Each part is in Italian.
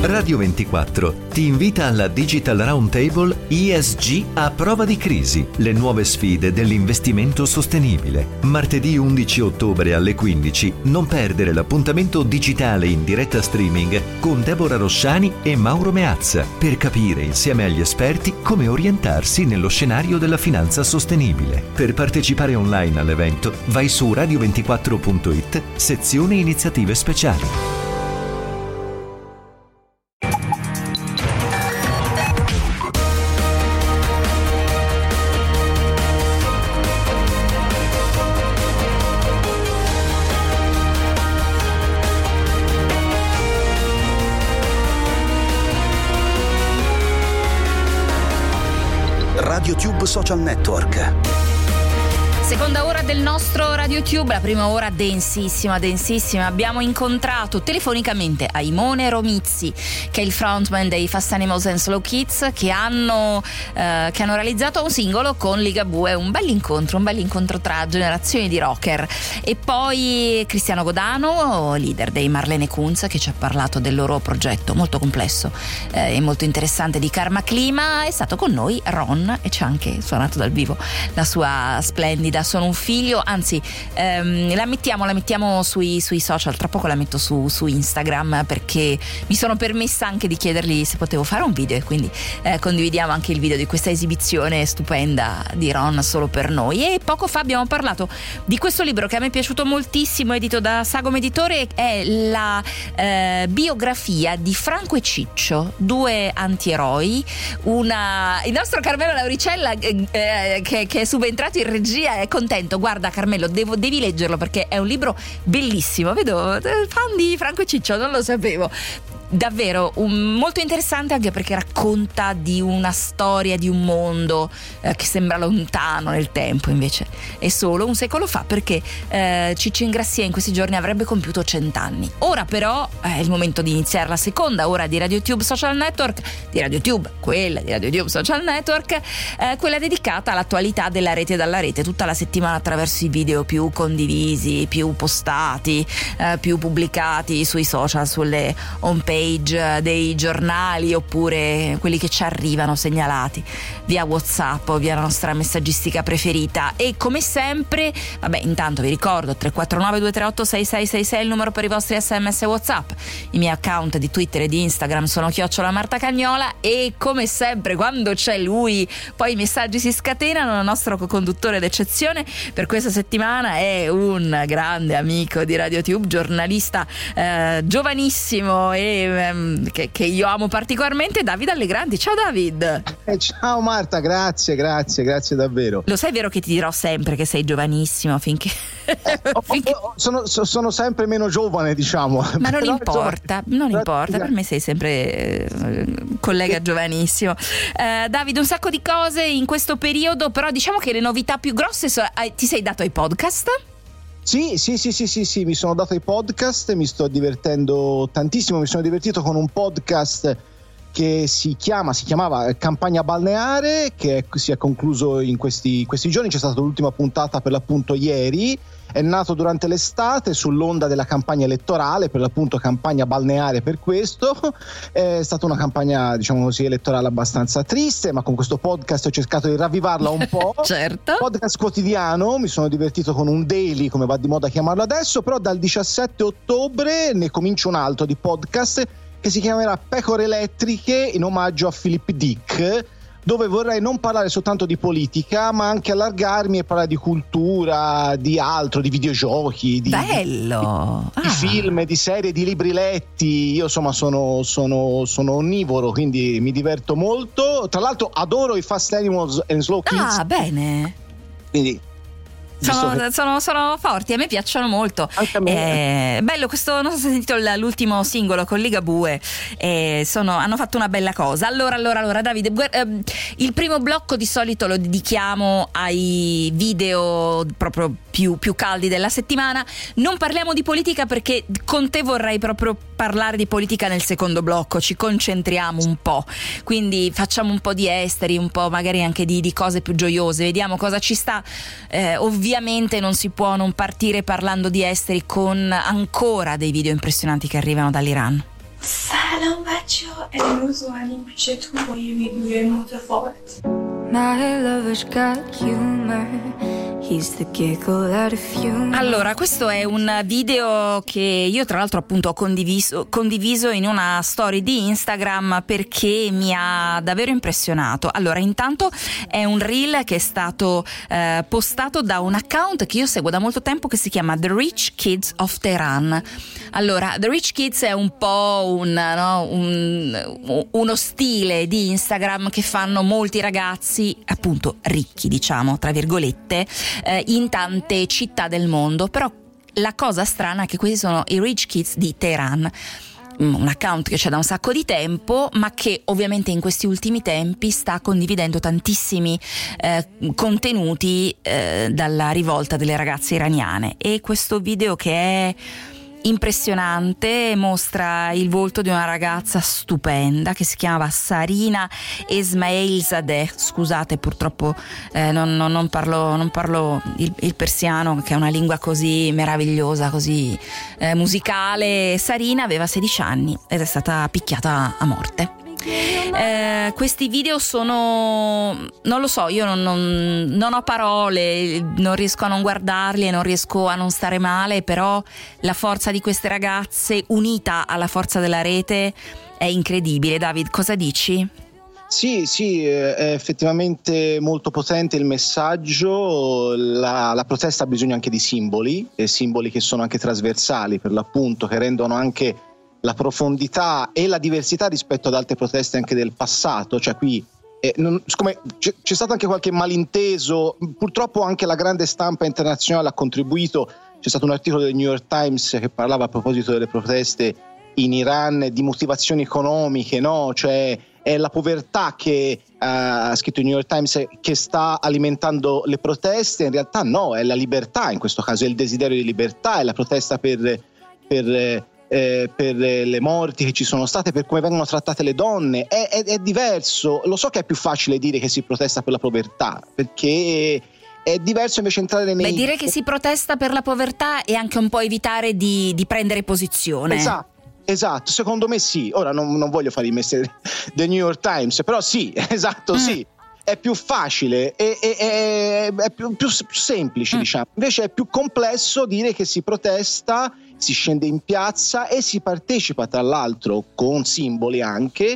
Radio 24 ti invita alla Digital Roundtable ESG a prova di crisi, le nuove sfide dell'investimento sostenibile. Martedì 11 ottobre alle 15, non perdere l'appuntamento digitale in diretta streaming con Deborah Rosciani e Mauro Meazza per capire insieme agli esperti come orientarsi nello scenario della finanza sostenibile. Per partecipare online all'evento vai su radio24.it, sezione iniziative speciali. RadioTube Social Network. Seconda ora del nostro RadioTube, la prima ora densissima. Abbiamo incontrato telefonicamente Aimone Romizzi, che è il frontman dei Fast Animals and Slow Kids, che hanno realizzato un singolo con Ligabue, un bell'incontro tra generazioni di rocker. E poi Cristiano Godano, leader dei Marlene Kunz, che ci ha parlato del loro progetto molto complesso e molto interessante di Karma Clima. È stato con noi Ron e ci ha anche suonato dal vivo la sua splendida Sono un figlio, anzi la mettiamo sui social, tra poco la metto su Instagram, perché mi sono permessa anche di chiedergli se potevo fare un video, e quindi condividiamo anche il video di questa esibizione stupenda di Ron solo per noi. E poco fa abbiamo parlato di questo libro che a me è piaciuto moltissimo, edito da Sagom Editore. È la biografia di Franco e Ciccio, due antieroi. Il nostro Carmelo Lauricella che è subentrato in regia è contento. Guarda Carmelo, devi leggerlo perché è un libro bellissimo. Vedo fan di Franco e Ciccio, non lo sapevo. Davvero molto interessante, anche perché racconta di una storia, di un mondo che sembra lontano nel tempo, invece è solo un secolo fa, perché Ciccio Ingrassia in questi giorni avrebbe compiuto 100 anni. Ora però è il momento di iniziare la seconda ora di RadioTube Social Network, quella di RadioTube Social Network, quella dedicata all'attualità della rete e dalla rete, tutta la settimana attraverso i video più condivisi, più postati, più pubblicati sui social, sulle homepage dei giornali, oppure quelli che ci arrivano segnalati via WhatsApp o via la nostra messaggistica preferita. E come sempre, intanto vi ricordo 349 238 6666 il numero per i vostri SMS e WhatsApp. I miei account di Twitter e di Instagram sono @MartaCagnola, e come sempre quando c'è lui poi i messaggi si scatenano. Il nostro co-conduttore d'eccezione per questa settimana è un grande amico di RadioTube, giornalista giovanissimo e che io amo particolarmente, David Allegrandi. Ciao David. Ciao Marta, grazie davvero. Lo sai, vero che ti dirò sempre che sei giovanissimo finché sono sempre meno giovane, diciamo. Ma non importa, per me sei sempre collega giovanissimo. David, un sacco di cose in questo periodo, però diciamo che le novità più grosse ti sei dato ai podcast? Sì, mi sono dato ai podcast, mi sto divertendo tantissimo. Mi sono divertito con un podcast che si chiamava Campagna Balneare, che si è concluso in questi giorni. C'è stata l'ultima puntata per l'appunto ieri. È nato durante l'estate sull'onda della campagna elettorale, per l'appunto campagna balneare. Per questo è stata una campagna, diciamo così, elettorale abbastanza triste, ma con questo podcast ho cercato di ravvivarla un po'. Certo. Podcast quotidiano, mi sono divertito con un daily, come va di moda chiamarlo adesso, però dal 17 ottobre ne comincio un altro di podcast che si chiamerà Pecore Elettriche, in omaggio a Philip Dick, dove vorrei non parlare soltanto di politica, ma anche allargarmi e parlare di cultura, di altro, di videogiochi, di film, di serie, di libri letti. Io insomma sono onnivoro, quindi mi diverto molto. Tra l'altro adoro i Fast Animals and Slow Kids. Ah, bene. Quindi sono forti, a me piacciono molto. Anche a me. Bello questo, non so se hai sentito l'ultimo singolo con Ligabue, hanno fatto una bella cosa. Allora Davide, il primo blocco di solito lo dedichiamo ai video proprio più caldi della settimana. Non parliamo di politica perché con te vorrei proprio parlare di politica nel secondo blocco, ci concentriamo un po', quindi facciamo un po' di esteri, un po' magari anche di cose più gioiose, vediamo cosa ci sta. Ovviamente non si può non partire parlando di esteri con ancora dei video impressionanti che arrivano dall'Iran. الان بچه‌ها امروز اومدیم پیشتون با یه ویدیوی متفاوت. My lover's got humor. He's the giggle out of humor. Allora, questo è un video che io tra l'altro appunto ho condiviso in una story di Instagram perché mi ha davvero impressionato. Allora, intanto è un reel che è stato postato da un account che io seguo da molto tempo che si chiama The Rich Kids of Tehran. Allora, The Rich Kids è un po' uno stile di Instagram che fanno molti ragazzi appunto ricchi, diciamo, tra virgolette, in tante città del mondo. Però la cosa strana è che questi sono i Rich Kids di Teheran, un account che c'è da un sacco di tempo, ma che ovviamente in questi ultimi tempi sta condividendo tantissimi contenuti dalla rivolta delle ragazze iraniane. E questo video, che è impressionante, mostra il volto di una ragazza stupenda che si chiamava Sarina Esmaeilzadeh. Scusate, purtroppo non parlo il persiano, che è una lingua così meravigliosa, così musicale. Sarina aveva 16 anni ed è stata picchiata a morte. Questi video sono, non lo so, io non ho parole, non riesco a non guardarli e non riesco a non stare male, però la forza di queste ragazze unita alla forza della rete è incredibile. David, cosa dici? Sì, è effettivamente molto potente il messaggio. La protesta ha bisogno anche di simboli che sono anche trasversali, per l'appunto, che rendono anche la profondità e la diversità rispetto ad altre proteste anche del passato. Cioè qui siccome c'è stato anche qualche malinteso, purtroppo anche la grande stampa internazionale ha contribuito. C'è stato un articolo del New York Times che parlava a proposito delle proteste in Iran di motivazioni economiche, no? Cioè è la povertà che ha scritto il New York Times che sta alimentando le proteste. In realtà no, è la libertà, in questo caso è il desiderio di libertà, è la protesta per le morti che ci sono state, per come vengono trattate le donne. È diverso. Lo so che è più facile dire che si protesta per la povertà, perché è diverso invece entrare nei... dire che si protesta per la povertà e anche un po' evitare di prendere posizione. Esatto, secondo me sì. Ora non voglio fare il mestiere del New York Times, però sì, esatto, sì. È più facile, è più semplice, diciamo. Invece è più complesso dire che si protesta, si scende in piazza e si partecipa, tra l'altro con simboli anche,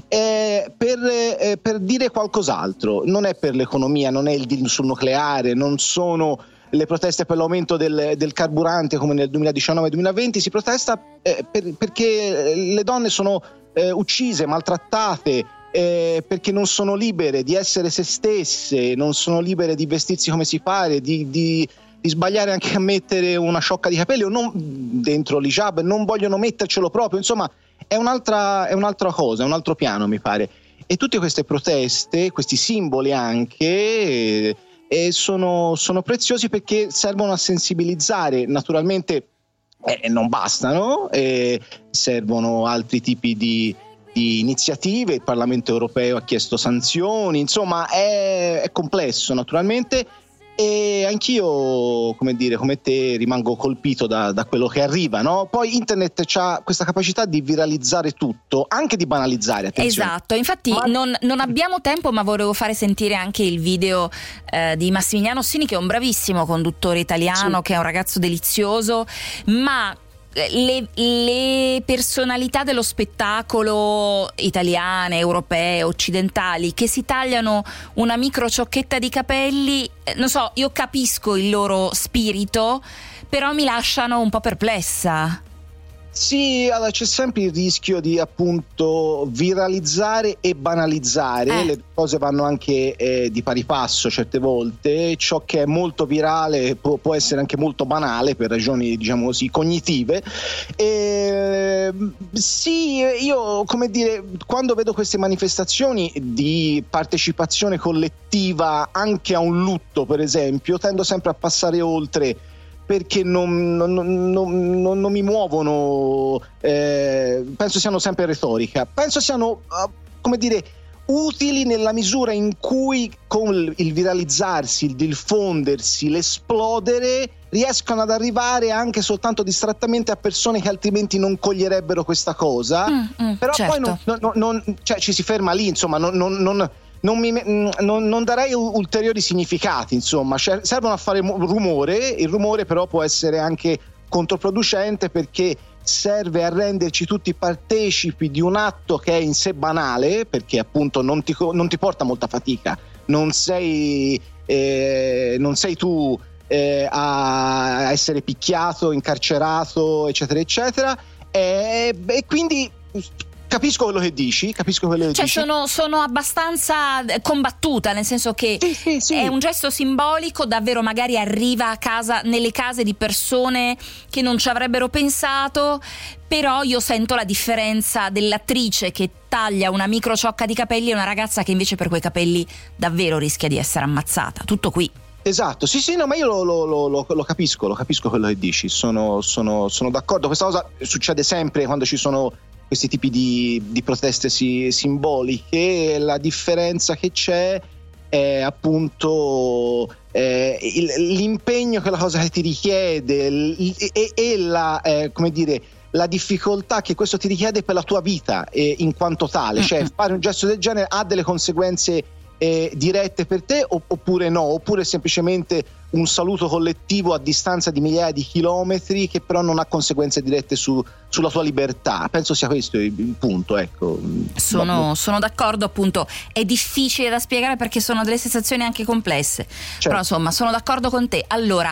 per dire qualcos'altro. Non è per l'economia, non è il deal sul nucleare, non sono le proteste per l'aumento del carburante come nel 2019-2020. Si protesta perché le donne sono uccise, maltrattate, perché non sono libere di essere se stesse, non sono libere di vestirsi come si pare, di sbagliare anche a mettere una sciocca di capelli o non dentro l'hijab, non vogliono mettercelo proprio. Insomma, è un'altra cosa, è un altro piano, mi pare. E tutte queste proteste, questi simboli anche, sono preziosi perché servono a sensibilizzare. Naturalmente non bastano, servono altri tipi di iniziative. Il Parlamento europeo ha chiesto sanzioni, insomma è complesso naturalmente, e anch'io, come te, rimango colpito da quello che arriva, no? Poi internet ha questa capacità di viralizzare tutto, anche di banalizzare, attenzione. Esatto, infatti non abbiamo tempo, ma volevo fare sentire anche il video di Massimiliano Ossini, che è un bravissimo conduttore italiano, sì, che è un ragazzo delizioso, ma le personalità dello spettacolo italiane, europee, occidentali, che si tagliano una micro ciocchetta di capelli, non so, io capisco il loro spirito, però mi lasciano un po' perplessa. Sì, allora c'è sempre il rischio di appunto viralizzare e banalizzare. Le cose vanno anche di pari passo certe volte. Ciò che è molto virale può essere anche molto banale per ragioni, diciamo così, cognitive. Sì, io, quando vedo queste manifestazioni di partecipazione collettiva anche a un lutto, per esempio, tendo sempre a passare oltre, perché non mi muovono. Penso siano sempre retorica, penso siano utili nella misura in cui con il viralizzarsi, il diffondersi, l'esplodere riescono ad arrivare anche soltanto distrattamente a persone che altrimenti non coglierebbero questa cosa, però certo. poi cioè, ci si ferma lì, insomma, non darei ulteriori significati, insomma, servono a fare rumore. Il rumore però può essere anche controproducente, perché serve a renderci tutti partecipi di un atto che è in sé banale, perché appunto non ti porta molta fatica, non sei tu a essere picchiato, incarcerato, eccetera eccetera, e quindi capisco quello che dici. Cioè sono abbastanza combattuta, nel senso che sì. È un gesto simbolico, davvero magari arriva a casa, nelle case di persone che non ci avrebbero pensato, però io sento la differenza dell'attrice che taglia una micro ciocca di capelli e una ragazza che invece per quei capelli davvero rischia di essere ammazzata. Tutto qui. Esatto, sì, no, ma io lo capisco quello che dici, sono d'accordo. Questa cosa succede sempre quando ci sono questi tipi di proteste simboliche. La differenza che c'è è appunto l'impegno che la cosa ti richiede e la come dire, la difficoltà che questo ti richiede per la tua vita in quanto tale. Cioè, fare un gesto del genere ha delle conseguenze dirette per te oppure no, oppure semplicemente un saluto collettivo a distanza di migliaia di chilometri che però non ha conseguenze dirette sulla tua libertà. Penso sia questo il punto, ecco. Sono d'accordo, appunto è difficile da spiegare perché sono delle sensazioni anche complesse, certo. Però insomma sono d'accordo con te. Allora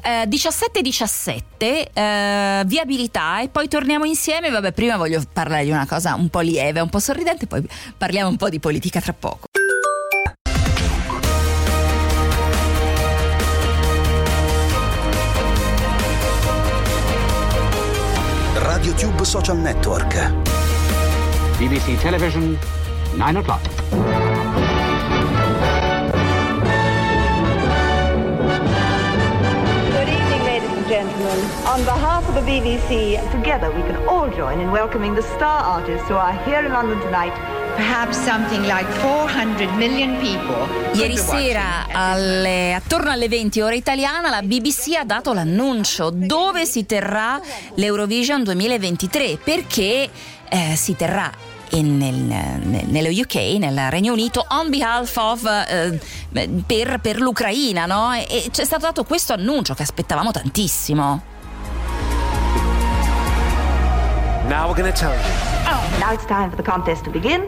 17 viabilità, e poi torniamo insieme. Vabbè, prima voglio parlare di una cosa un po' lieve, un po' sorridente, poi parliamo un po' di politica tra poco. RadioTube Social Network. BBC Television, 9 o'clock. Good evening, ladies and gentlemen. On behalf of the BBC, together we can all join in welcoming the star artists who are here in London tonight. Perhaps something like 400 million people. Ieri sera attorno alle 20 ora italiana la BBC ha dato l'annuncio dove si terrà l'Eurovision 2023, perché si terrà nello UK, nel Regno Unito, on behalf of per l'Ucraina, no? E c'è stato dato questo annuncio che aspettavamo tantissimo. Now we're going to tell you. Now it's time for the contest to begin.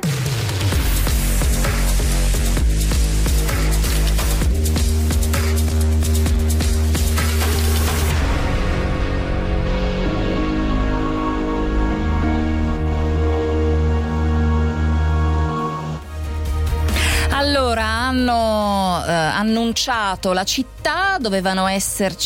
Allora, hanno annunciato la città, doveva essere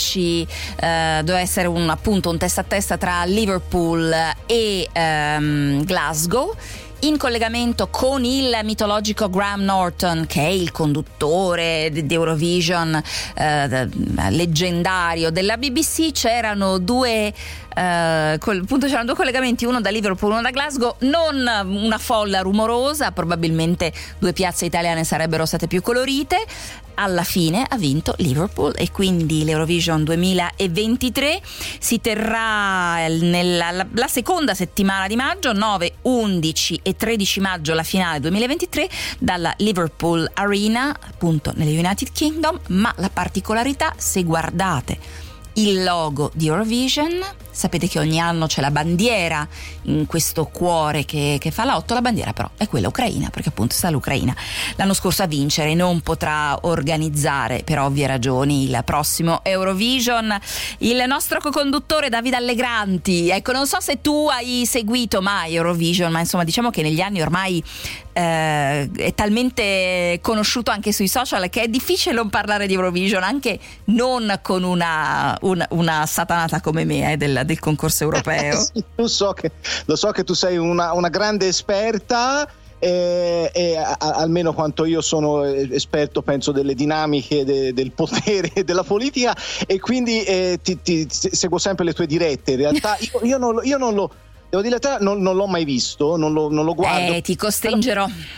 appunto un testa a testa tra Liverpool e Glasgow, in collegamento con il mitologico Graham Norton, che è il conduttore di Eurovision leggendario della BBC. C'erano due collegamenti, uno da Liverpool, uno da Glasgow, non una folla rumorosa, probabilmente due piazze italiane sarebbero state più colorite. Alla fine ha vinto Liverpool e quindi l'Eurovision 2023 si terrà la seconda settimana di maggio, 9, 11 e 13 maggio la finale 2023 dalla Liverpool Arena, appunto nelle United Kingdom. Ma la particolarità, se guardate il logo di Eurovision, sapete che ogni anno c'è la bandiera in questo cuore che fa la 8, la bandiera però è quella ucraina, perché appunto sta l'Ucraina l'anno scorso a vincere, non potrà organizzare per ovvie ragioni il prossimo Eurovision. Il nostro co-conduttore Davide Allegranti, ecco, non so se tu hai seguito mai Eurovision, ma insomma diciamo che negli anni ormai è talmente conosciuto anche sui social che è difficile non parlare di Eurovision, anche non con una satanata come me del concorso europeo. Sì, lo so che tu sei una grande esperta, almeno quanto io sono esperto, penso, delle dinamiche del potere e della politica, e quindi ti seguo sempre le tue dirette. In realtà io non lo devo dire, non l'ho mai visto, non lo guardo. Ti costringerò.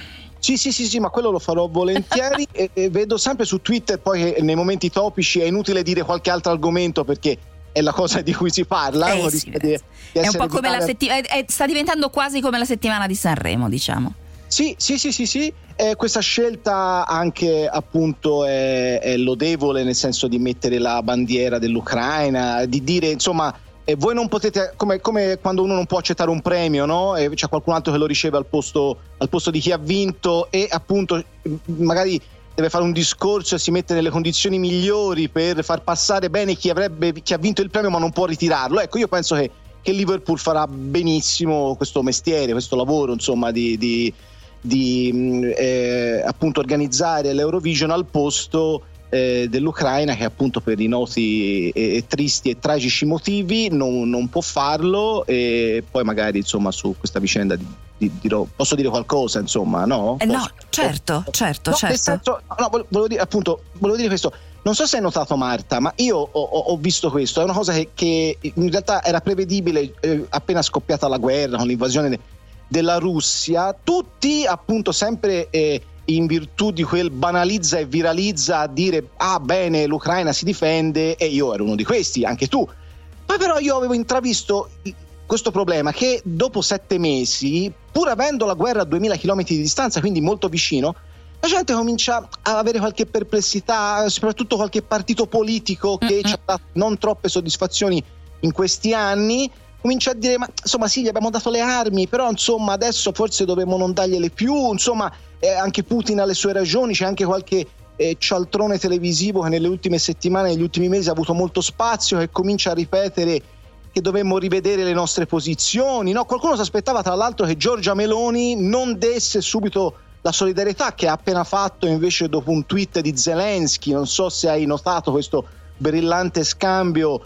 Sì, ma quello lo farò volentieri. e vedo sempre su Twitter poi che nei momenti topici è inutile dire qualche altro argomento perché è la cosa di cui si parla. È un po' come la settimana, sta diventando quasi come la settimana di Sanremo, diciamo. Sì. Questa scelta anche appunto è lodevole, nel senso di mettere la bandiera dell'Ucraina, di dire insomma voi non potete, come quando uno non può accettare un premio, no? E c'è qualcun altro che lo riceve al posto di chi ha vinto e appunto magari deve fare un discorso e si mette nelle condizioni migliori per far passare bene chi ha vinto il premio ma non può ritirarlo. Ecco, io penso che Liverpool farà benissimo questo mestiere, questo lavoro insomma di appunto organizzare l'Eurovision al posto dell'Ucraina, che appunto per i noti e tristi e tragici motivi non può farlo. E poi magari insomma su questa vicenda posso dire qualcosa, insomma, no? No, certo. Volevo dire questo. Non so se hai notato, Marta, ma io ho visto questo. È una cosa che in realtà era prevedibile appena scoppiata la guerra, con l'invasione della Russia. Tutti appunto sempre in virtù di quel banalizza e viralizza a dire bene, l'Ucraina si difende, e io ero uno di questi, anche tu. Poi però io avevo intravisto questo problema che dopo 7 mesi, pur avendo la guerra a 2000 km di distanza, quindi molto vicino, la gente comincia a avere qualche perplessità, soprattutto qualche partito politico che ci ha dato non troppe soddisfazioni in questi anni, comincia a dire ma insomma sì, gli abbiamo dato le armi, però insomma adesso forse dovremmo non dargliele più, insomma anche Putin ha le sue ragioni, c'è anche qualche cialtrone televisivo che nelle ultime settimane, negli ultimi mesi ha avuto molto spazio, che comincia a ripetere che dovremmo rivedere le nostre posizioni, no? Qualcuno si aspettava tra l'altro che Giorgia Meloni non desse subito la solidarietà che ha appena fatto invece dopo un tweet di Zelensky. Non so se hai notato questo brillante scambio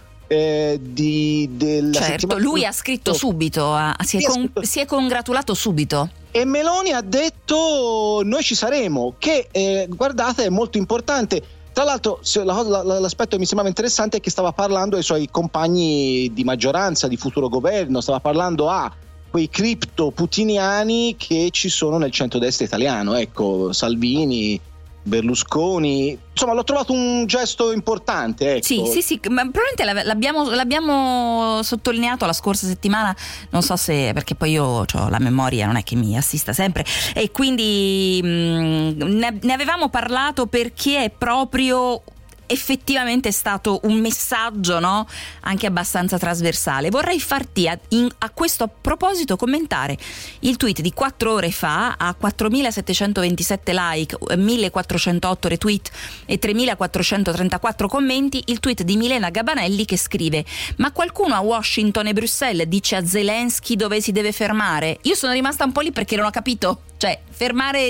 certo, lui ha scritto subito, si è congratulato subito. E Meloni ha detto noi ci saremo, che guardate è molto importante. Tra l'altro l'aspetto che mi sembrava interessante è che stava parlando ai suoi compagni di maggioranza, di futuro governo, stava parlando a quei cripto putiniani che ci sono nel centrodestra italiano, ecco, Salvini, Berlusconi, insomma l'ho trovato un gesto importante, ecco. Sì, ma probabilmente l'abbiamo sottolineato la scorsa settimana, non so se, perché poi io ho la memoria, non è che mi assista sempre, e quindi ne avevamo parlato perché è proprio effettivamente stato un messaggio, no? Anche abbastanza trasversale. Vorrei farti a questo proposito commentare il tweet di 4 ore fa, a 4.727 like, 1.408 retweet e 3.434 commenti, il tweet di Milena Gabanelli che scrive: ma qualcuno a Washington e Bruxelles dice a Zelensky dove si deve fermare? Io sono rimasta un po' lì perché non ho capito, cioè fermare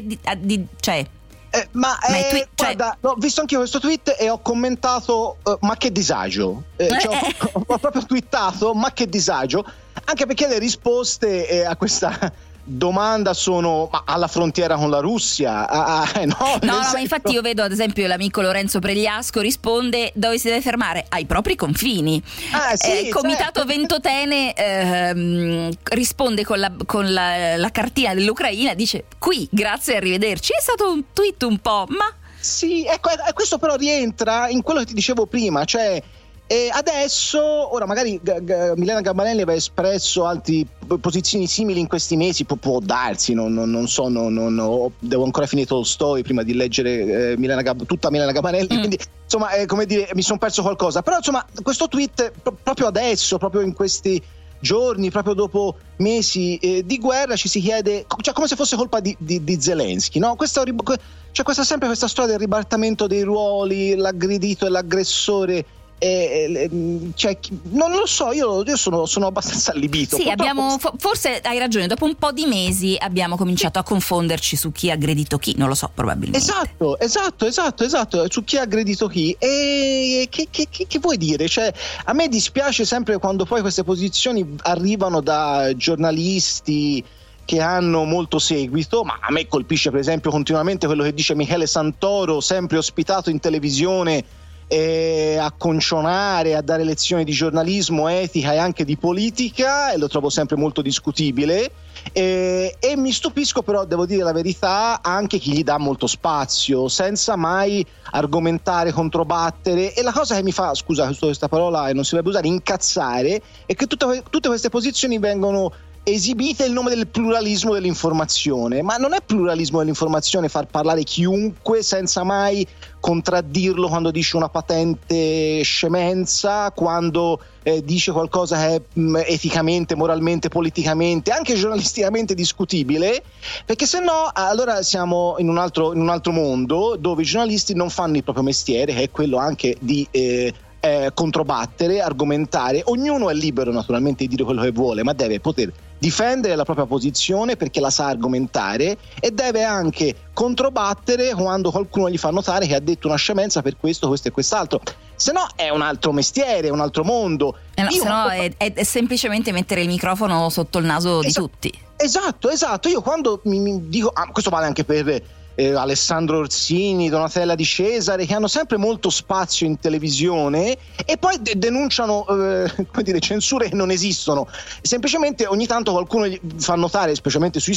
guarda, ho visto anche io questo tweet e ho commentato ma che disagio, ho proprio twittato ma che disagio, anche perché le risposte a questa domanda sono ma alla frontiera con la Russia, no, ma infatti io vedo ad esempio l'amico Lorenzo Pregliasco risponde dove si deve fermare, ai propri confini. Il Comitato Ventotene risponde con la cartina dell'Ucraina, dice qui, grazie e arrivederci. È stato un tweet un po' sì, ecco, questo però rientra in quello che ti dicevo prima, cioè adesso, ora magari Milena Gabanelli aveva espresso altre posizioni simili in questi mesi, può darsi, non so, devo ancora finire Tolstoi prima di leggere tutta Milena Gabanelli, quindi insomma come dire, mi sono perso qualcosa, però insomma questo tweet proprio adesso, proprio in questi giorni, proprio dopo mesi di guerra, ci si chiede, cioè come se fosse colpa di Zelensky, no? C'è sempre questa storia del ribaltamento dei ruoli, l'aggredito e l'aggressore. Cioè, non lo so, io sono abbastanza allibito. Sì, forse hai ragione, dopo un po' di mesi abbiamo cominciato a confonderci su chi ha aggredito chi, non lo so, probabilmente. Esatto, su chi ha aggredito chi. E che vuoi dire? Cioè, a me dispiace sempre quando poi queste posizioni arrivano da giornalisti che hanno molto seguito, ma a me colpisce per esempio continuamente quello che dice Michele Santoro, sempre ospitato in televisione a concionare, a dare lezioni di giornalismo, etica e anche di politica, e lo trovo sempre molto discutibile. E mi stupisco, però devo dire la verità, anche chi gli dà molto spazio senza mai argomentare, controbattere. E la cosa che mi fa, scusa questa parola non si dovrebbe usare, incazzare, è che tutte queste posizioni vengono esibite in nome del pluralismo dell'informazione. Ma non è pluralismo dell'informazione far parlare chiunque senza mai contraddirlo quando dice una patente scemenza, quando dice qualcosa che è eticamente, moralmente, politicamente, anche giornalisticamente discutibile, perché se no allora siamo in un altro mondo dove i giornalisti non fanno il proprio mestiere, che è quello anche di controbattere, argomentare. Ognuno è libero naturalmente di dire quello che vuole, ma deve poter difendere la propria posizione perché la sa argomentare, e deve anche controbattere quando qualcuno gli fa notare che ha detto una scemenza per questo e quest'altro. Se no è un altro mestiere, un altro mondo. Se no è semplicemente mettere il microfono sotto il naso di tutti. Esatto. Io quando mi dico, questo vale anche per Alessandro Orsini, Donatella Di Cesare, che hanno sempre molto spazio in televisione e poi denunciano censure che non esistono. Semplicemente ogni tanto qualcuno gli fa notare, specialmente sui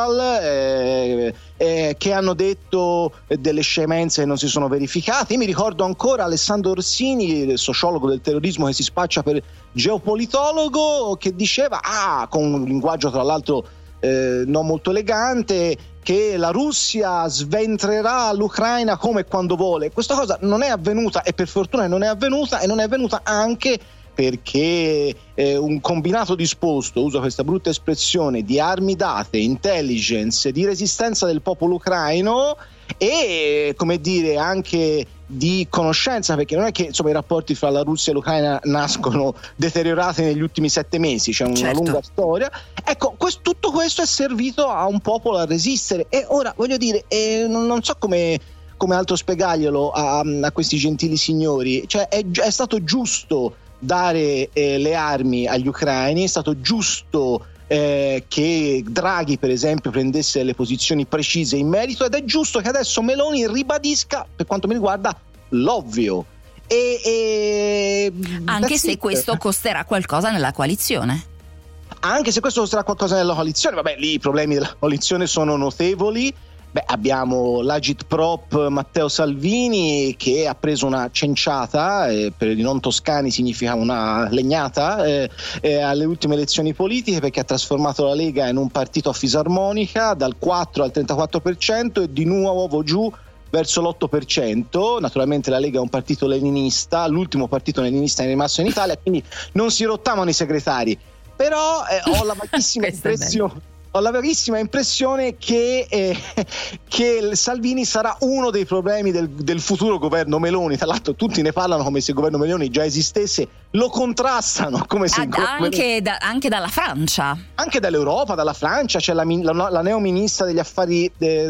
social, che hanno detto delle scemenze che non si sono verificate. Io mi ricordo ancora Alessandro Orsini, il sociologo del terrorismo che si spaccia per geopolitologo, che diceva, con un linguaggio tra l'altro non molto elegante, che la Russia sventrerà l'Ucraina come e quando vuole. Questa cosa non è avvenuta, e per fortuna non è avvenuta, e non è avvenuta anche perché un combinato disposto, uso questa brutta espressione, di armi date, intelligence, di resistenza del popolo ucraino e, come dire, anche di conoscenza, perché non è che insomma i rapporti fra la Russia e l'Ucraina nascono deteriorati negli ultimi 7 mesi, c'è una lunga storia. Ecco, tutto questo è servito a un popolo a resistere, e ora voglio dire, non so come altro spiegarglielo a questi gentili signori. Cioè è stato giusto dare le armi agli ucraini, è stato giusto che Draghi per esempio prendesse le posizioni precise in merito, ed è giusto che adesso Meloni ribadisca, per quanto mi riguarda, l'ovvio, anche se questo costerà qualcosa nella coalizione. Anche se questo costerà qualcosa nella coalizione, vabbè, lì i problemi della coalizione sono notevoli. Abbiamo l'agitprop Matteo Salvini che ha preso una cenciata, per i non toscani significa una legnata, alle ultime elezioni politiche, perché ha trasformato la Lega in un partito a fisarmonica dal 4 al 34% e di nuovo giù verso l'8%. Naturalmente la Lega è un partito leninista, l'ultimo partito leninista è rimasto in Italia, quindi non si rottavano i segretari. Però ho la vaghissima impressione che Salvini sarà uno dei problemi del futuro governo Meloni. Tra l'altro tutti ne parlano come se il governo Meloni già esistesse, lo contrastano come se anche dalla Francia, anche dall'Europa, dalla Francia. C'è la neo ministra degli affari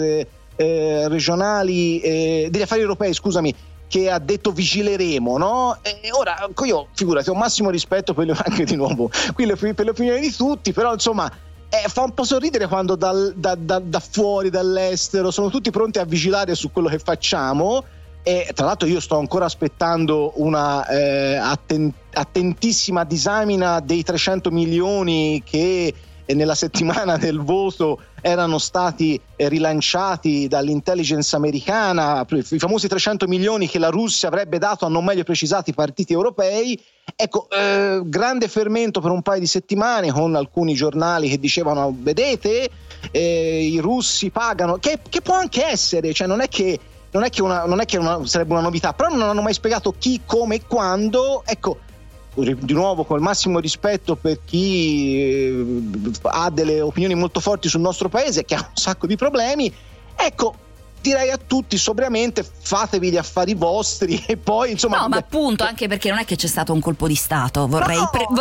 regionali, degli affari europei, scusami, che ha detto vigileremo, no? E ora io, figurati, ho massimo rispetto per anche di nuovo qui per le opinioni di tutti, però insomma fa un po' sorridere quando da fuori, dall'estero, sono tutti pronti a vigilare su quello che facciamo. E tra l'altro io sto ancora aspettando una attentissima disamina dei 300 milioni che nella settimana del voto erano stati rilanciati dall'intelligence americana, i famosi 300 milioni che la Russia avrebbe dato a non meglio precisati partiti europei. Ecco, grande fermento per un paio di settimane, con alcuni giornali che dicevano vedete, i russi pagano, che può anche essere, cioè non è che sarebbe una novità, però non hanno mai spiegato chi, come e quando. Ecco, di nuovo, col massimo rispetto per chi ha delle opinioni molto forti sul nostro paese, che ha un sacco di problemi, ecco, direi a tutti sobriamente: fatevi gli affari vostri e poi insomma. No, ma appunto, anche perché non è che c'è stato un colpo di stato. Vorrei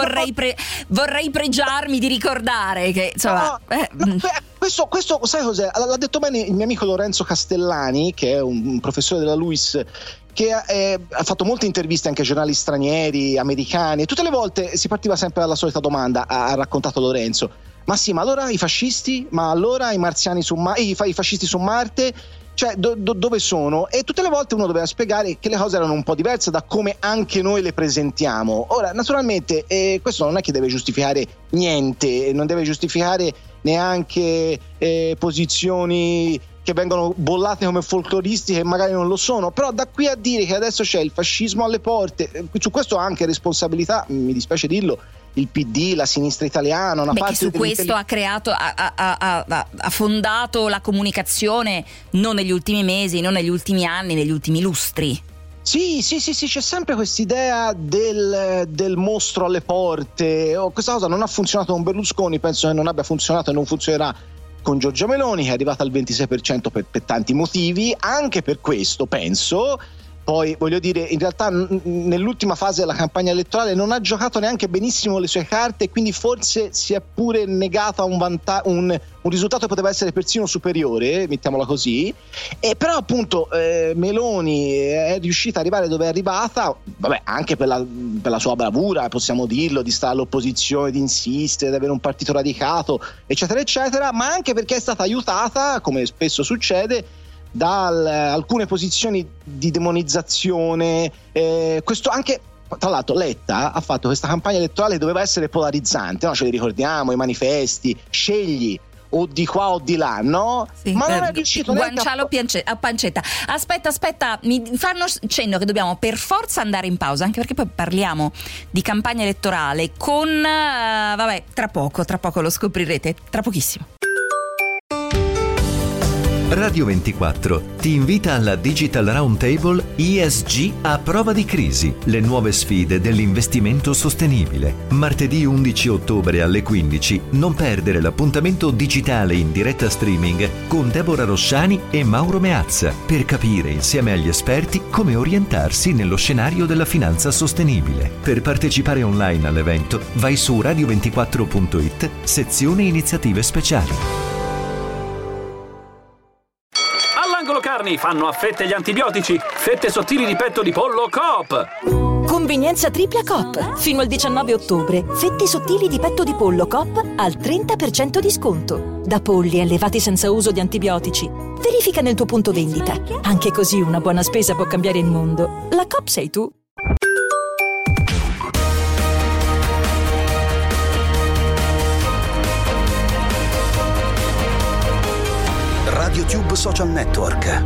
pregiarmi di ricordare che insomma. Questo sai cos'è? L'ha detto bene il mio amico Lorenzo Castellani, che è un professore della LUISS, che ha fatto molte interviste anche a giornali stranieri, americani, e tutte le volte si partiva sempre dalla solita domanda, ha raccontato Lorenzo: ma sì, ma allora i fascisti? Ma allora i marziani i fascisti su Marte? Cioè dove sono? E tutte le volte uno doveva spiegare che le cose erano un po' diverse da come anche noi le presentiamo. Ora, naturalmente, questo non è che deve giustificare niente, non deve giustificare neanche posizioni che vengono bollate come folcloristiche e magari non lo sono, però da qui a dire che adesso c'è il fascismo alle porte, su questo ha anche responsabilità, mi dispiace dirlo, il PD, la sinistra italiana, una parte che su questo ha creato, ha fondato la comunicazione non negli ultimi mesi, non negli ultimi anni, negli ultimi lustri. Sì, c'è sempre quest'idea del mostro alle porte. Questa cosa non ha funzionato con Berlusconi, penso che non abbia funzionato e non funzionerà con Giorgia Meloni, che è arrivata al 26% per tanti motivi, anche per questo penso. Poi voglio dire, in realtà nell'ultima fase della campagna elettorale non ha giocato neanche benissimo le sue carte, quindi forse si è pure negata un risultato che poteva essere persino superiore, mettiamola così. E però appunto Meloni è riuscita ad arrivare dove è arrivata, vabbè, anche per la sua bravura, possiamo dirlo, di stare all'opposizione, di insistere, di avere un partito radicato, eccetera eccetera, ma anche perché è stata aiutata, come spesso succede, da alcune posizioni di demonizzazione. Questo anche, tra l'altro, Letta ha fatto questa campagna elettorale che doveva essere polarizzante, no? Ce li ricordiamo, i manifesti, scegli o di qua o di là, no? Sì, ma non è riuscito guanciale a pancetta. Aspetta, mi fanno cenno che dobbiamo per forza andare in pausa, anche perché poi parliamo di campagna elettorale con vabbè, tra poco lo scoprirete, tra pochissimo. Radio 24 ti invita alla Digital Roundtable ESG a prova di crisi, le nuove sfide dell'investimento sostenibile. Martedì 11 ottobre alle 15 non perdere l'appuntamento digitale in diretta streaming con Deborah Rosciani e Mauro Meazza per capire insieme agli esperti come orientarsi nello scenario della finanza sostenibile. Per partecipare online all'evento vai su radio24.it, sezione iniziative speciali. All'Angolo Carni fanno a fette gli antibiotici, fette sottili di petto di pollo Coop. Convenienza tripla Coop. Fino al 19 ottobre, fette sottili di petto di pollo Coop al 30% di sconto. Da polli allevati senza uso di antibiotici. Verifica nel tuo punto vendita. Anche così una buona spesa può cambiare il mondo. La Coop sei tu. RadioTube Social Network.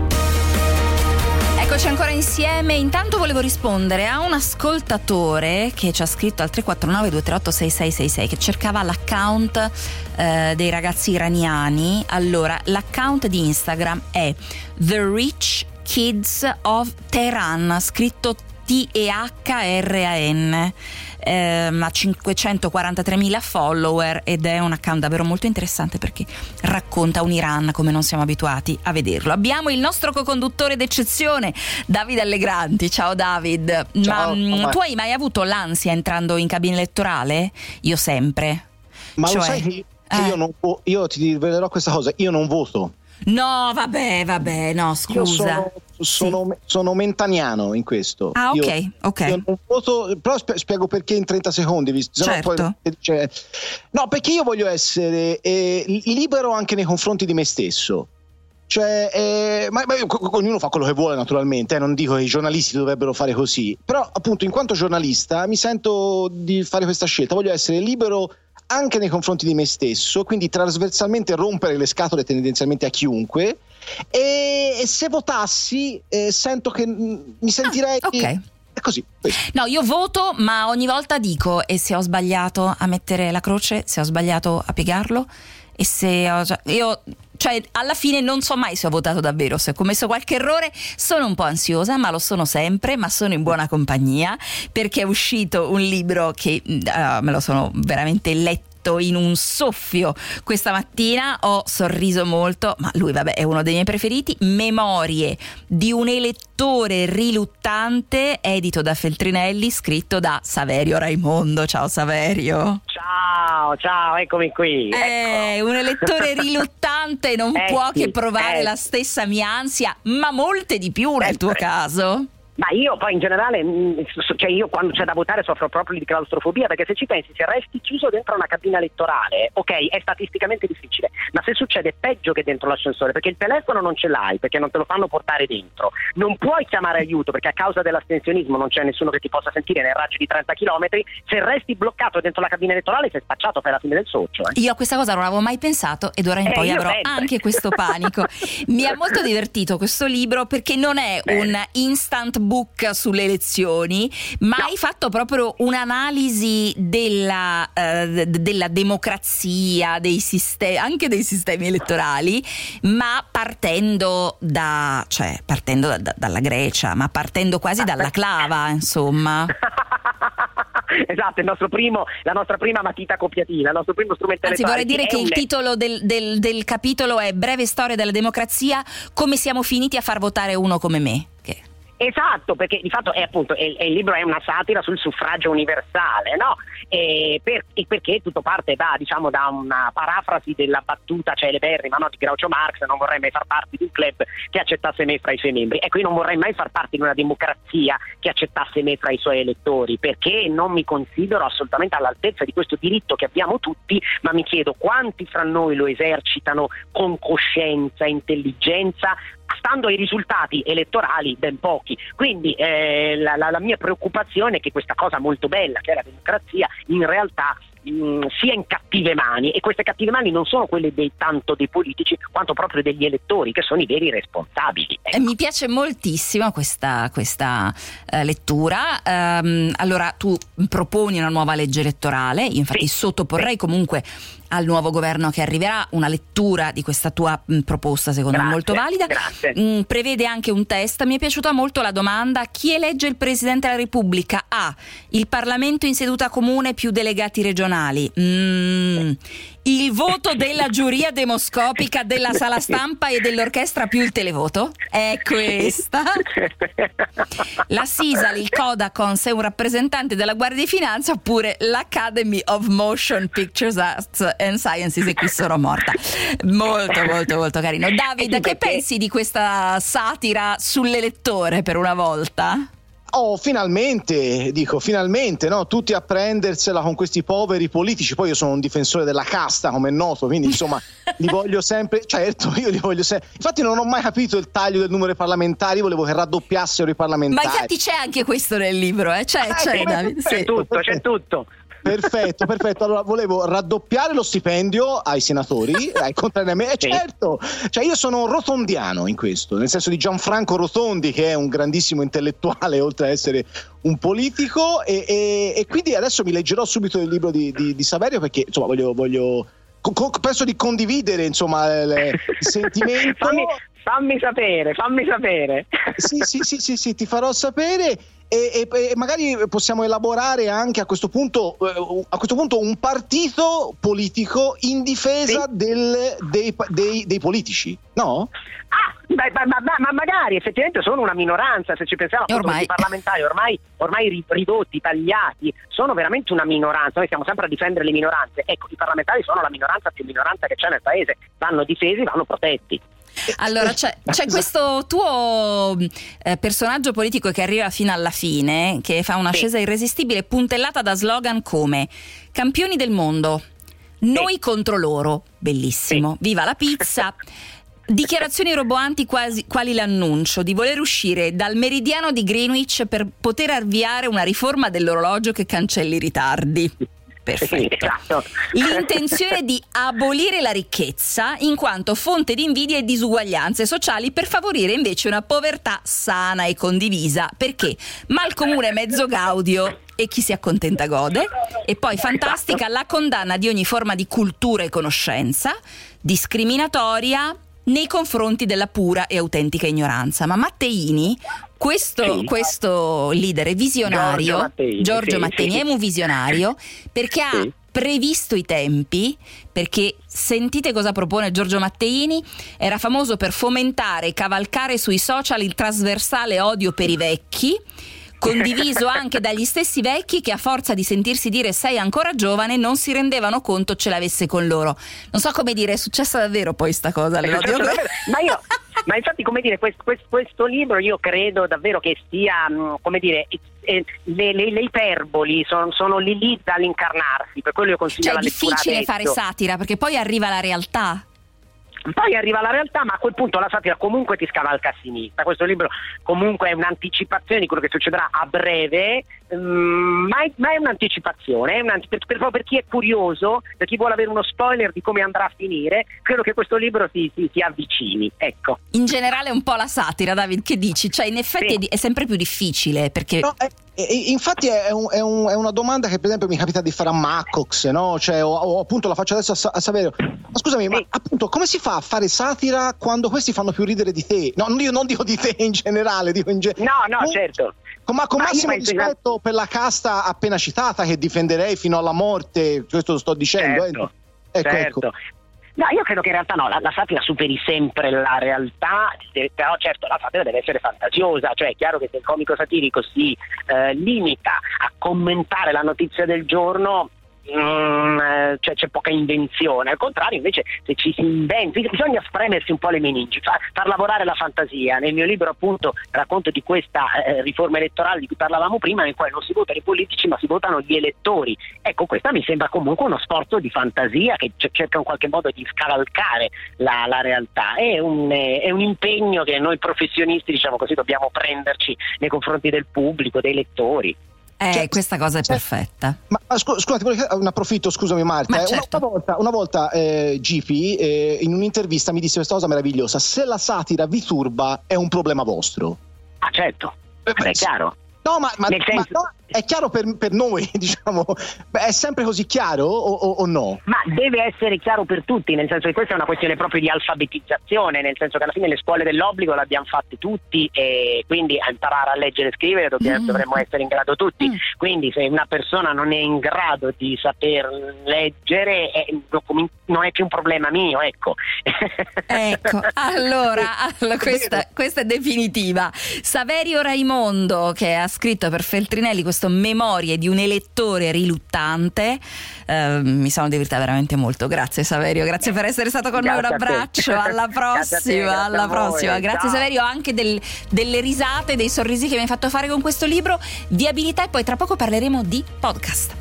Eccoci ancora insieme. Intanto volevo rispondere a un ascoltatore che ci ha scritto al 349-238-6666 che cercava l'account dei ragazzi iraniani. Allora, l'account di Instagram è The Rich Kids of Tehran, scritto TEHRAN. Ha 543.000 follower ed è un account davvero molto interessante perché racconta un Iran come non siamo abituati a vederlo. Abbiamo il nostro co-conduttore d'eccezione, Davide Allegranti. Ciao David. Ciao, tu hai mai avuto l'ansia entrando in cabina elettorale? Io sempre. Ma lo sai che io ti rivelerò questa cosa, io non voto. No, vabbè, no, scusa. Io sono mentaniano in questo. Ah, ok. Io non voto, però spiego perché in 30 secondi. Certo. Poi, no, perché io voglio essere libero anche nei confronti di me stesso. Cioè, ma ognuno fa quello che vuole, naturalmente. Non dico che i giornalisti dovrebbero fare così, però appunto in quanto giornalista mi sento di fare questa scelta. Voglio essere libero anche nei confronti di me stesso, quindi trasversalmente rompere le scatole tendenzialmente a chiunque, e se votassi sento che mi sentirei ok. È così. No, io voto, ma ogni volta dico: e se ho sbagliato a mettere la croce, se ho sbagliato a piegarlo, e se io, cioè, alla fine non so mai se ho votato davvero, se ho commesso qualche errore. Sono un po' ansiosa, ma lo sono sempre, ma sono in buona compagnia, perché è uscito un libro che me lo sono veramente letto in un soffio questa mattina, ho sorriso molto, ma lui vabbè è uno dei miei preferiti. Memorie di un elettore riluttante, edito da Feltrinelli, scritto da Saverio Raimondo. Ciao Saverio. Ciao, eccomi qui. Un elettore riluttante non può che provare la stessa mia ansia, ma molte di più nel tuo caso. Ma io poi in generale, cioè io quando c'è da votare soffro proprio di claustrofobia, perché se ci pensi, se resti chiuso dentro una cabina elettorale, ok, è statisticamente difficile, ma se succede peggio che dentro l'ascensore, perché il telefono non ce l'hai, perché non te lo fanno portare dentro, non puoi chiamare aiuto perché a causa dell'astensionismo non c'è nessuno che ti possa sentire nel raggio di 30 km, se resti bloccato dentro la cabina elettorale sei spacciato, fai la fine del socio. Io a questa cosa non avevo mai pensato ed ora in poi avrò anche questo panico. Mi ha molto divertito questo libro perché non è un instant book sulle elezioni, ma hai fatto proprio un'analisi della democrazia, dei sistemi, anche dei sistemi elettorali, ma partendo dalla Grecia, ma partendo quasi dalla clava, insomma. Esatto, la nostra prima matita copiatina, il nostro primo strumento elettorale. Anzi, vorrei dire che il titolo del capitolo è Breve storia della democrazia, come siamo finiti a far votare uno come me. Esatto, perché di fatto il libro è una satira sul suffragio universale, no? Perché tutto parte da una parafrasi della battuta celeberrima, no, di Groucho Marx: non vorrei mai far parte di un club che accettasse me fra i suoi membri. Ecco, io non vorrei mai far parte di una democrazia che accettasse me fra i suoi elettori, perché non mi considero assolutamente all'altezza di questo diritto che abbiamo tutti, ma mi chiedo quanti fra noi lo esercitano con coscienza e intelligenza, stando ai risultati elettorali ben pochi. Quindi la mia preoccupazione è che questa cosa molto bella che è la democrazia in realtà sia in cattive mani, e queste cattive mani non sono quelle tanto dei politici quanto proprio degli elettori, che sono i veri responsabili. Mi piace moltissimo questa lettura. Allora tu proponi una nuova legge elettorale, io infatti sottoporrei comunque al nuovo governo che arriverà una lettura di questa tua proposta, secondo me molto valida. Prevede anche un test. Mi è piaciuta molto la domanda: chi elegge il Presidente della Repubblica? A. Il Parlamento in seduta comune più delegati regionali. Il voto della giuria demoscopica della sala stampa e dell'orchestra più il televoto? È questa. La Sisal, il Codacons è un rappresentante della Guardia di Finanza, oppure l'Academy of Motion Pictures Arts and Sciences, e qui sono morta. Molto molto molto carino. Davide, che pensi di questa satira sull'elettore per una volta? Oh, finalmente, no? Tutti a prendersela con questi poveri politici. Poi io sono un difensore della casta, come è noto, quindi insomma li voglio sempre, certo, io li voglio sempre. Infatti non ho mai capito il taglio del numero dei parlamentari, volevo che raddoppiassero i parlamentari. Ma infatti c'è anche questo nel libro, c'è Davide. C'è tutto. Perfetto. Allora volevo raddoppiare lo stipendio ai senatori, contrario a me. Certo, cioè io sono rotondiano in questo, nel senso di Gianfranco Rotondi, che è un grandissimo intellettuale oltre a essere un politico, e quindi adesso mi leggerò subito il libro di Saverio, perché insomma voglio penso di condividere insomma il sentimento. Fammi sapere. Sì, ti farò sapere. E magari possiamo elaborare anche a questo punto un partito politico in difesa dei politici, no? Ma magari effettivamente sono una minoranza, se ci pensiamo. Appunto, i parlamentari ormai ridotti, tagliati, sono veramente una minoranza. Noi stiamo sempre a difendere le minoranze. Ecco, i parlamentari sono la minoranza più minoranza che c'è nel paese, vanno difesi, vanno protetti. Allora c'è questo tuo personaggio politico che arriva fino alla fine, che fa un'ascesa irresistibile, puntellata da slogan come campioni del mondo, noi contro loro, bellissimo, viva la pizza. Dichiarazioni roboanti quali l'annuncio di voler uscire dal meridiano di Greenwich per poter avviare una riforma dell'orologio che cancelli i ritardi. Perfetto. L'intenzione di abolire la ricchezza in quanto fonte di invidia e disuguaglianze sociali, per favorire invece una povertà sana e condivisa, perché mal comune mezzo gaudio e chi si accontenta gode. E poi fantastica la condanna di ogni forma di cultura e conoscenza discriminatoria nei confronti della pura e autentica ignoranza. Ma Matteini, questo leader è visionario, Giorgio Matteini è un visionario, perché ha previsto i tempi, perché sentite cosa propone Giorgio Matteini. Era famoso per fomentare e cavalcare sui social il trasversale odio per i vecchi, condiviso anche dagli stessi vecchi che, a forza di sentirsi dire sei ancora giovane, non si rendevano conto ce l'avesse con loro. Non so come dire, è successa davvero poi sta cosa. Ma Ma infatti, come dire, questo libro io credo davvero che sia, come dire, le iperboli sono lì dall'incarnarsi, per quello io consiglio la lettura adesso. È difficile fare satira, perché poi arriva la realtà. Poi arriva la realtà, ma a quel punto la satira comunque ti scavalca a sinistra. Questo libro comunque è un'anticipazione di quello che succederà a breve, ma è un'anticipazione, proprio per chi è curioso, per chi vuole avere uno spoiler di come andrà a finire, credo che questo libro si avvicini, ecco. In generale un po' la satira, David, che dici? Cioè in effetti sì, è sempre più difficile, perché... No, infatti è una domanda che per esempio mi capita di fare a Maccox, no? Cioè, o appunto la faccio adesso a Saverio. Ma scusami, ma appunto come si fa a fare satira quando questi fanno più ridere di te? No, io non dico di te in generale, dico in generale. No, certo. Ma con massimo rispetto per la casta appena citata, che difenderei fino alla morte, questo lo sto dicendo. Certo, ecco. No, io credo che in realtà no, la satira superi sempre la realtà, però certo la satira deve essere fantasiosa, cioè è chiaro che se il comico satirico si limita a commentare la notizia del giorno, cioè c'è poca invenzione. Al contrario, invece, se ci si inventa, bisogna spremersi un po' le meningi, far lavorare la fantasia. Nel mio libro appunto racconto di questa riforma elettorale di cui parlavamo prima, nel quale non si votano i politici ma si votano gli elettori. Ecco, questa mi sembra comunque uno sforzo di fantasia che cerca in qualche modo di scavalcare la realtà. È un impegno che noi professionisti, diciamo così, dobbiamo prenderci nei confronti del pubblico, dei lettori. Questa cosa è perfetta. Ma scusate, ne approfitto, scusami Marta. Certo. Una volta GP in un'intervista mi disse questa cosa meravigliosa: se la satira vi turba è un problema vostro. Ah, certo, è chiaro. No, ma no, è chiaro per noi, diciamo. È sempre così chiaro o no? Ma deve essere chiaro per tutti, nel senso che questa è una questione proprio di alfabetizzazione, nel senso che alla fine le scuole dell'obbligo le abbiamo fatte tutti, e quindi a imparare a leggere e scrivere dovremmo essere in grado tutti. Quindi se una persona non è in grado di saper leggere non è più un problema mio, ecco. Ecco, allora questa è definitiva. Saverio Raimondo, che ha scritto per Feltrinelli questo Memorie di un elettore riluttante, mi sono divertita veramente molto. Grazie Saverio, grazie per essere stato con noi, un abbraccio, alla prossima. Grazie ciao. Saverio, anche delle risate, dei sorrisi che mi hai fatto fare con questo libro, Viabilità, e poi tra poco parleremo di podcast.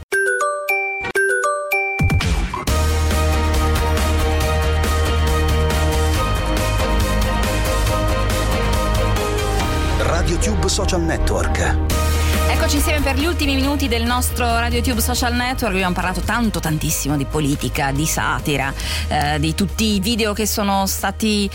RadioTube Social Network. Eccoci insieme per gli ultimi minuti del nostro RadioTube Social Network. Abbiamo parlato tantissimo di politica, di satira, di tutti i video che sono stati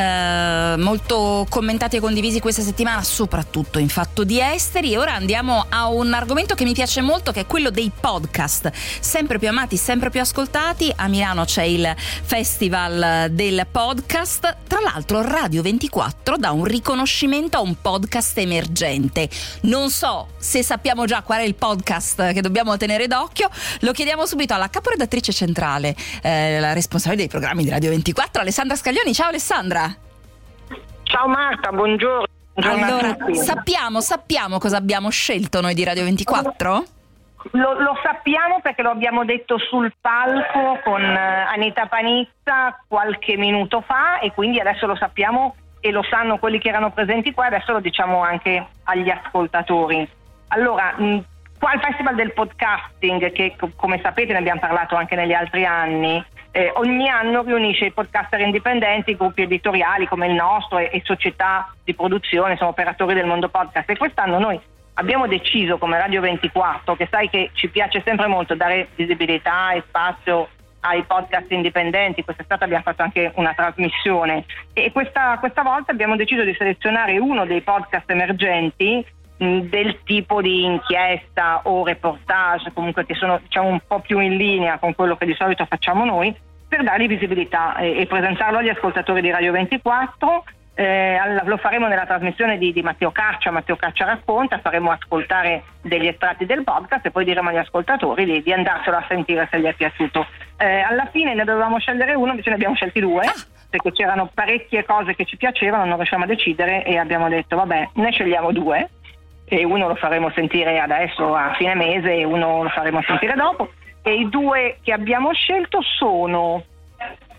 molto commentati e condivisi questa settimana, soprattutto in fatto di esteri. E ora andiamo a un argomento che mi piace molto, che è quello dei podcast, sempre più amati, sempre più ascoltati. A Milano c'è il Festival del Podcast. Tra l'altro Radio 24 dà un riconoscimento a un podcast emergente. Non so se sappiamo già qual è il podcast che dobbiamo tenere d'occhio. Lo chiediamo subito alla caporedattrice centrale, la responsabile dei programmi di Radio 24, Alessandra Scaglioni. Ciao Alessandra. Ciao Marta, buongiorno. Allora, sappiamo cosa abbiamo scelto noi di Radio 24? Lo sappiamo perché lo abbiamo detto sul palco con Anita Panizza qualche minuto fa, e quindi adesso lo sappiamo e lo sanno quelli che erano presenti qua, adesso lo diciamo anche agli ascoltatori. Allora, qua al Festival del Podcasting, che come sapete ne abbiamo parlato anche negli altri anni, ogni anno riunisce i podcaster indipendenti, gruppi editoriali come il nostro e società di produzione, insomma operatori del mondo podcast, e quest'anno noi abbiamo deciso come Radio 24, che sai che ci piace sempre molto dare visibilità e spazio ai podcast indipendenti. Quest'estate abbiamo fatto anche una trasmissione e questa volta abbiamo deciso di selezionare uno dei podcast emergenti del tipo di inchiesta o reportage, comunque che sono diciamo un po' più in linea con quello che di solito facciamo noi, per dargli visibilità e presentarlo agli ascoltatori di Radio 24. Lo faremo nella trasmissione di Matteo Caccia racconta, faremo ascoltare degli estratti del podcast e poi diremo agli ascoltatori di andarselo a sentire se gli è piaciuto. Alla fine ne dovevamo scegliere uno, invece ne abbiamo scelti due, perché c'erano parecchie cose che ci piacevano, non riusciamo a decidere e abbiamo detto vabbè, ne scegliamo due, e uno lo faremo sentire adesso a fine mese e uno lo faremo sentire dopo. E i due che abbiamo scelto sono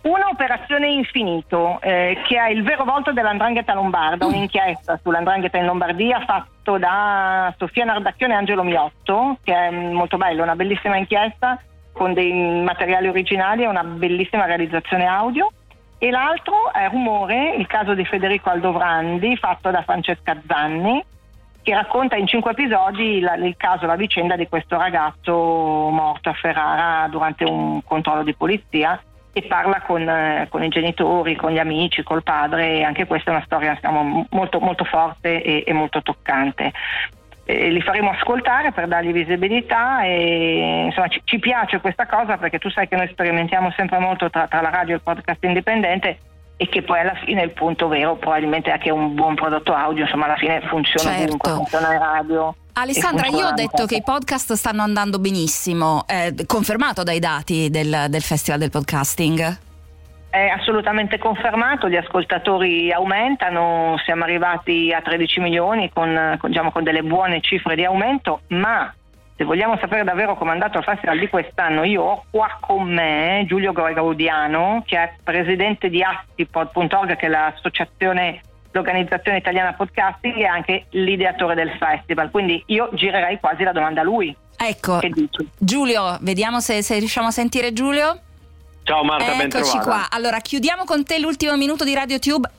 Una Operazione Infinito, che è il vero volto dell''ndrangheta lombarda, un'inchiesta sull''ndrangheta in Lombardia fatto da Sofia Nardacchione e Angelo Miotto, che è molto bello, una bellissima inchiesta con dei materiali originali e una bellissima realizzazione audio. E l'altro è Rumore, il caso di Federico Aldovrandi, fatto da Francesca Zanni, che racconta in 5 episodi il caso, la vicenda di questo ragazzo morto a Ferrara durante un controllo di polizia, e parla con i genitori, con gli amici, col padre. Anche questa è una storia molto, molto forte e molto toccante. Li faremo ascoltare per dargli visibilità e insomma ci piace questa cosa, perché tu sai che noi sperimentiamo sempre molto tra la radio e il podcast indipendente, e che poi alla fine il punto vero probabilmente è che un buon prodotto audio, insomma, alla fine funziona ovunque, funziona in radio. Alessandra, io ho detto che i podcast stanno andando benissimo, confermato dai dati del Festival del Podcasting? È assolutamente confermato, gli ascoltatori aumentano, siamo arrivati a 13 milioni con delle buone cifre di aumento, ma se vogliamo sapere davvero com'è andato il festival di quest'anno, io ho qua con me Giulio Gaudiano, che è presidente di Astipod.org, che è l'organizzazione italiana podcasting, e anche l'ideatore del festival, quindi io girerei quasi la domanda a lui. Ecco, Giulio, vediamo se riusciamo a sentire Giulio. Ciao Marta, ben trovata. Eccoci qua. Allora, chiudiamo con te l'ultimo minuto di RadioTube.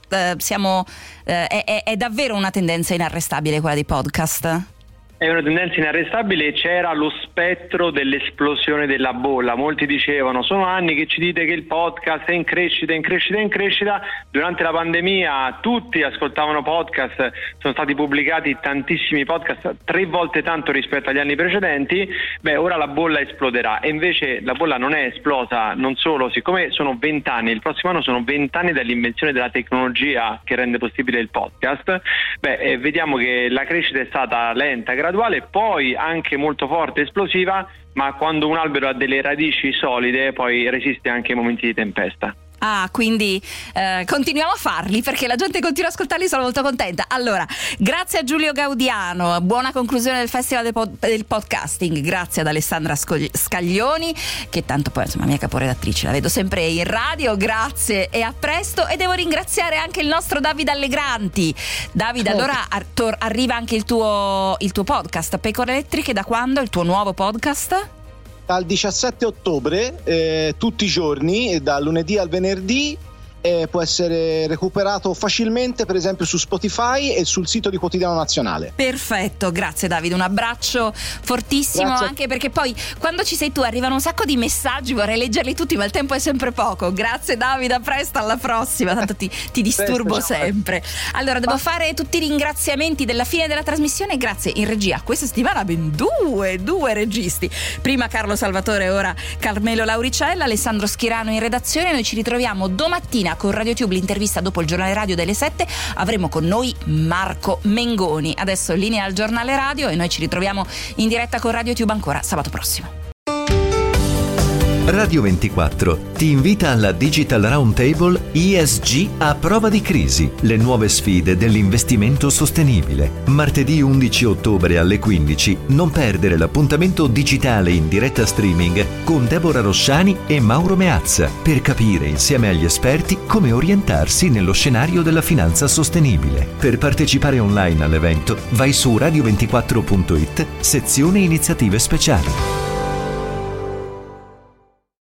È davvero una tendenza inarrestabile quella dei podcast? È una tendenza inarrestabile. C'era lo spettro dell'esplosione della bolla. Molti dicevano: sono anni che ci dite che il podcast è in crescita, in crescita, in crescita. Durante la pandemia tutti ascoltavano podcast, sono stati pubblicati tantissimi podcast, 3 volte tanto rispetto agli anni precedenti. Ora la bolla esploderà, e invece la bolla non è esplosa. Non solo, siccome sono 20 anni, il prossimo anno sono 20 anni dall'invenzione della tecnologia che rende possibile il podcast, vediamo che la crescita è stata lenta, graduale, poi anche molto forte, esplosiva, ma quando un albero ha delle radici solide poi resiste anche ai momenti di tempesta. Quindi continuiamo a farli, perché la gente continua a ascoltarli, sono molto contenta. Allora, grazie a Giulio Gaudiano, buona conclusione del Festival del Podcasting, grazie ad Alessandra Scaglioni, che tanto poi insomma mia caporedattrice, la vedo sempre in radio, grazie e a presto. E devo ringraziare anche il nostro Davide Allegranti. Davide, allora arriva anche il tuo podcast Pecore Elettriche, da quando? Il tuo nuovo podcast? Dal 17 ottobre, tutti i giorni, dal lunedì al venerdì, può essere recuperato facilmente, per esempio su Spotify e sul sito di Quotidiano Nazionale. Perfetto, grazie Davide, un abbraccio fortissimo. Grazie. Anche perché poi quando ci sei tu arrivano un sacco di messaggi, vorrei leggerli tutti, ma il tempo è sempre poco. Grazie Davide, a presto, alla prossima, tanto ti disturbo sempre. Allora, devo fare tutti i ringraziamenti della fine della trasmissione. Grazie in regia questa settimana ben due registi, prima Carlo Salvatore, ora Carmelo Lauricella, Alessandro Schirano in redazione. Noi ci ritroviamo domattina con RadioTube, l'intervista dopo il giornale radio delle 7. Avremo con noi Marco Mengoni. Adesso linea al giornale radio, e noi ci ritroviamo in diretta con RadioTube ancora sabato prossimo. Radio 24 ti invita alla Digital Roundtable ESG a prova di crisi, le nuove sfide dell'investimento sostenibile. Martedì 11 ottobre alle 15, non perdere l'appuntamento digitale in diretta streaming con Deborah Rosciani e Mauro Meazza, per capire insieme agli esperti come orientarsi nello scenario della finanza sostenibile. Per partecipare online all'evento vai su radio24.it, sezione iniziative speciali.